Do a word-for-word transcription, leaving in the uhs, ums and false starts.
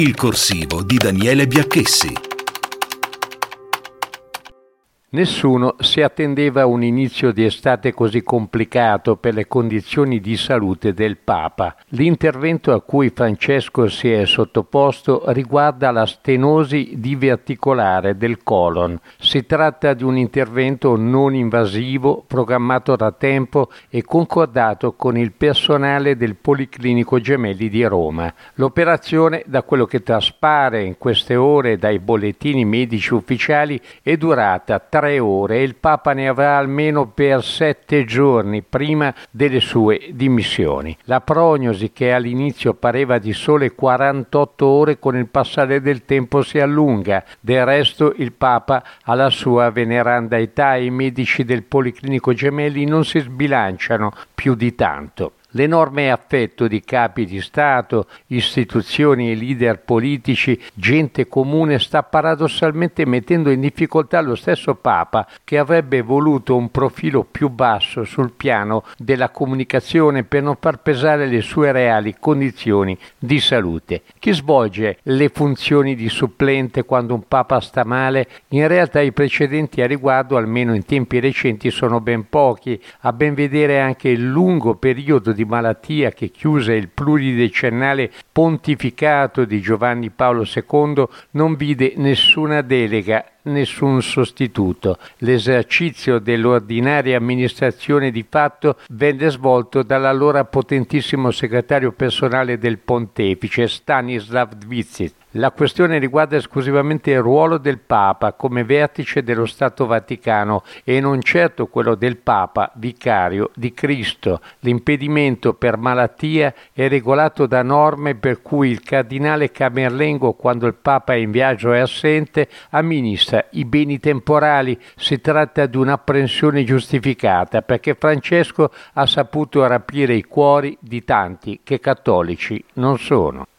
Il corsivo di Daniele Biacchessi. Nessuno si attendeva un inizio di estate così complicato per le condizioni di salute del Papa. L'intervento a cui Francesco si è sottoposto riguarda la stenosi diverticolare del colon. Si tratta di un intervento non invasivo, programmato da tempo e concordato con il personale del Policlinico Gemelli di Roma. L'operazione, da quello che traspare in queste ore dai bollettini medici ufficiali, è durata tre ore e il Papa ne avrà almeno per sette giorni prima delle sue dimissioni. La prognosi, che all'inizio pareva di sole quarantotto ore, con il passare del tempo si allunga. Del resto il Papa ha la sua veneranda età e i medici del Policlinico Gemelli non si sbilanciano più di tanto. L'enorme affetto di capi di Stato, istituzioni e leader politici, gente comune, sta paradossalmente mettendo in difficoltà lo stesso Papa, che avrebbe voluto un profilo più basso sul piano della comunicazione per non far pesare le sue reali condizioni di salute. Chi svolge le funzioni di supplente quando un Papa sta male? In realtà i precedenti a riguardo, almeno in tempi recenti, sono ben pochi. A ben vedere anche il lungo periodo di di malattia che chiuse il pluridecennale pontificato di Giovanni Paolo secondo non vide nessuna delega, nessun sostituto. L'esercizio dell'ordinaria amministrazione di fatto venne svolto dall'allora potentissimo segretario personale del pontefice Stanislav Dzivit. La questione riguarda esclusivamente il ruolo del Papa come vertice dello Stato Vaticano e non certo quello del Papa vicario di Cristo. L'impedimento per malattia è regolato da norme per cui il cardinale Camerlengo, quando il Papa è in viaggio e assente, amministra i beni temporali. Si tratta di un'apprensione giustificata, perché Francesco ha saputo rapire i cuori di tanti che cattolici non sono.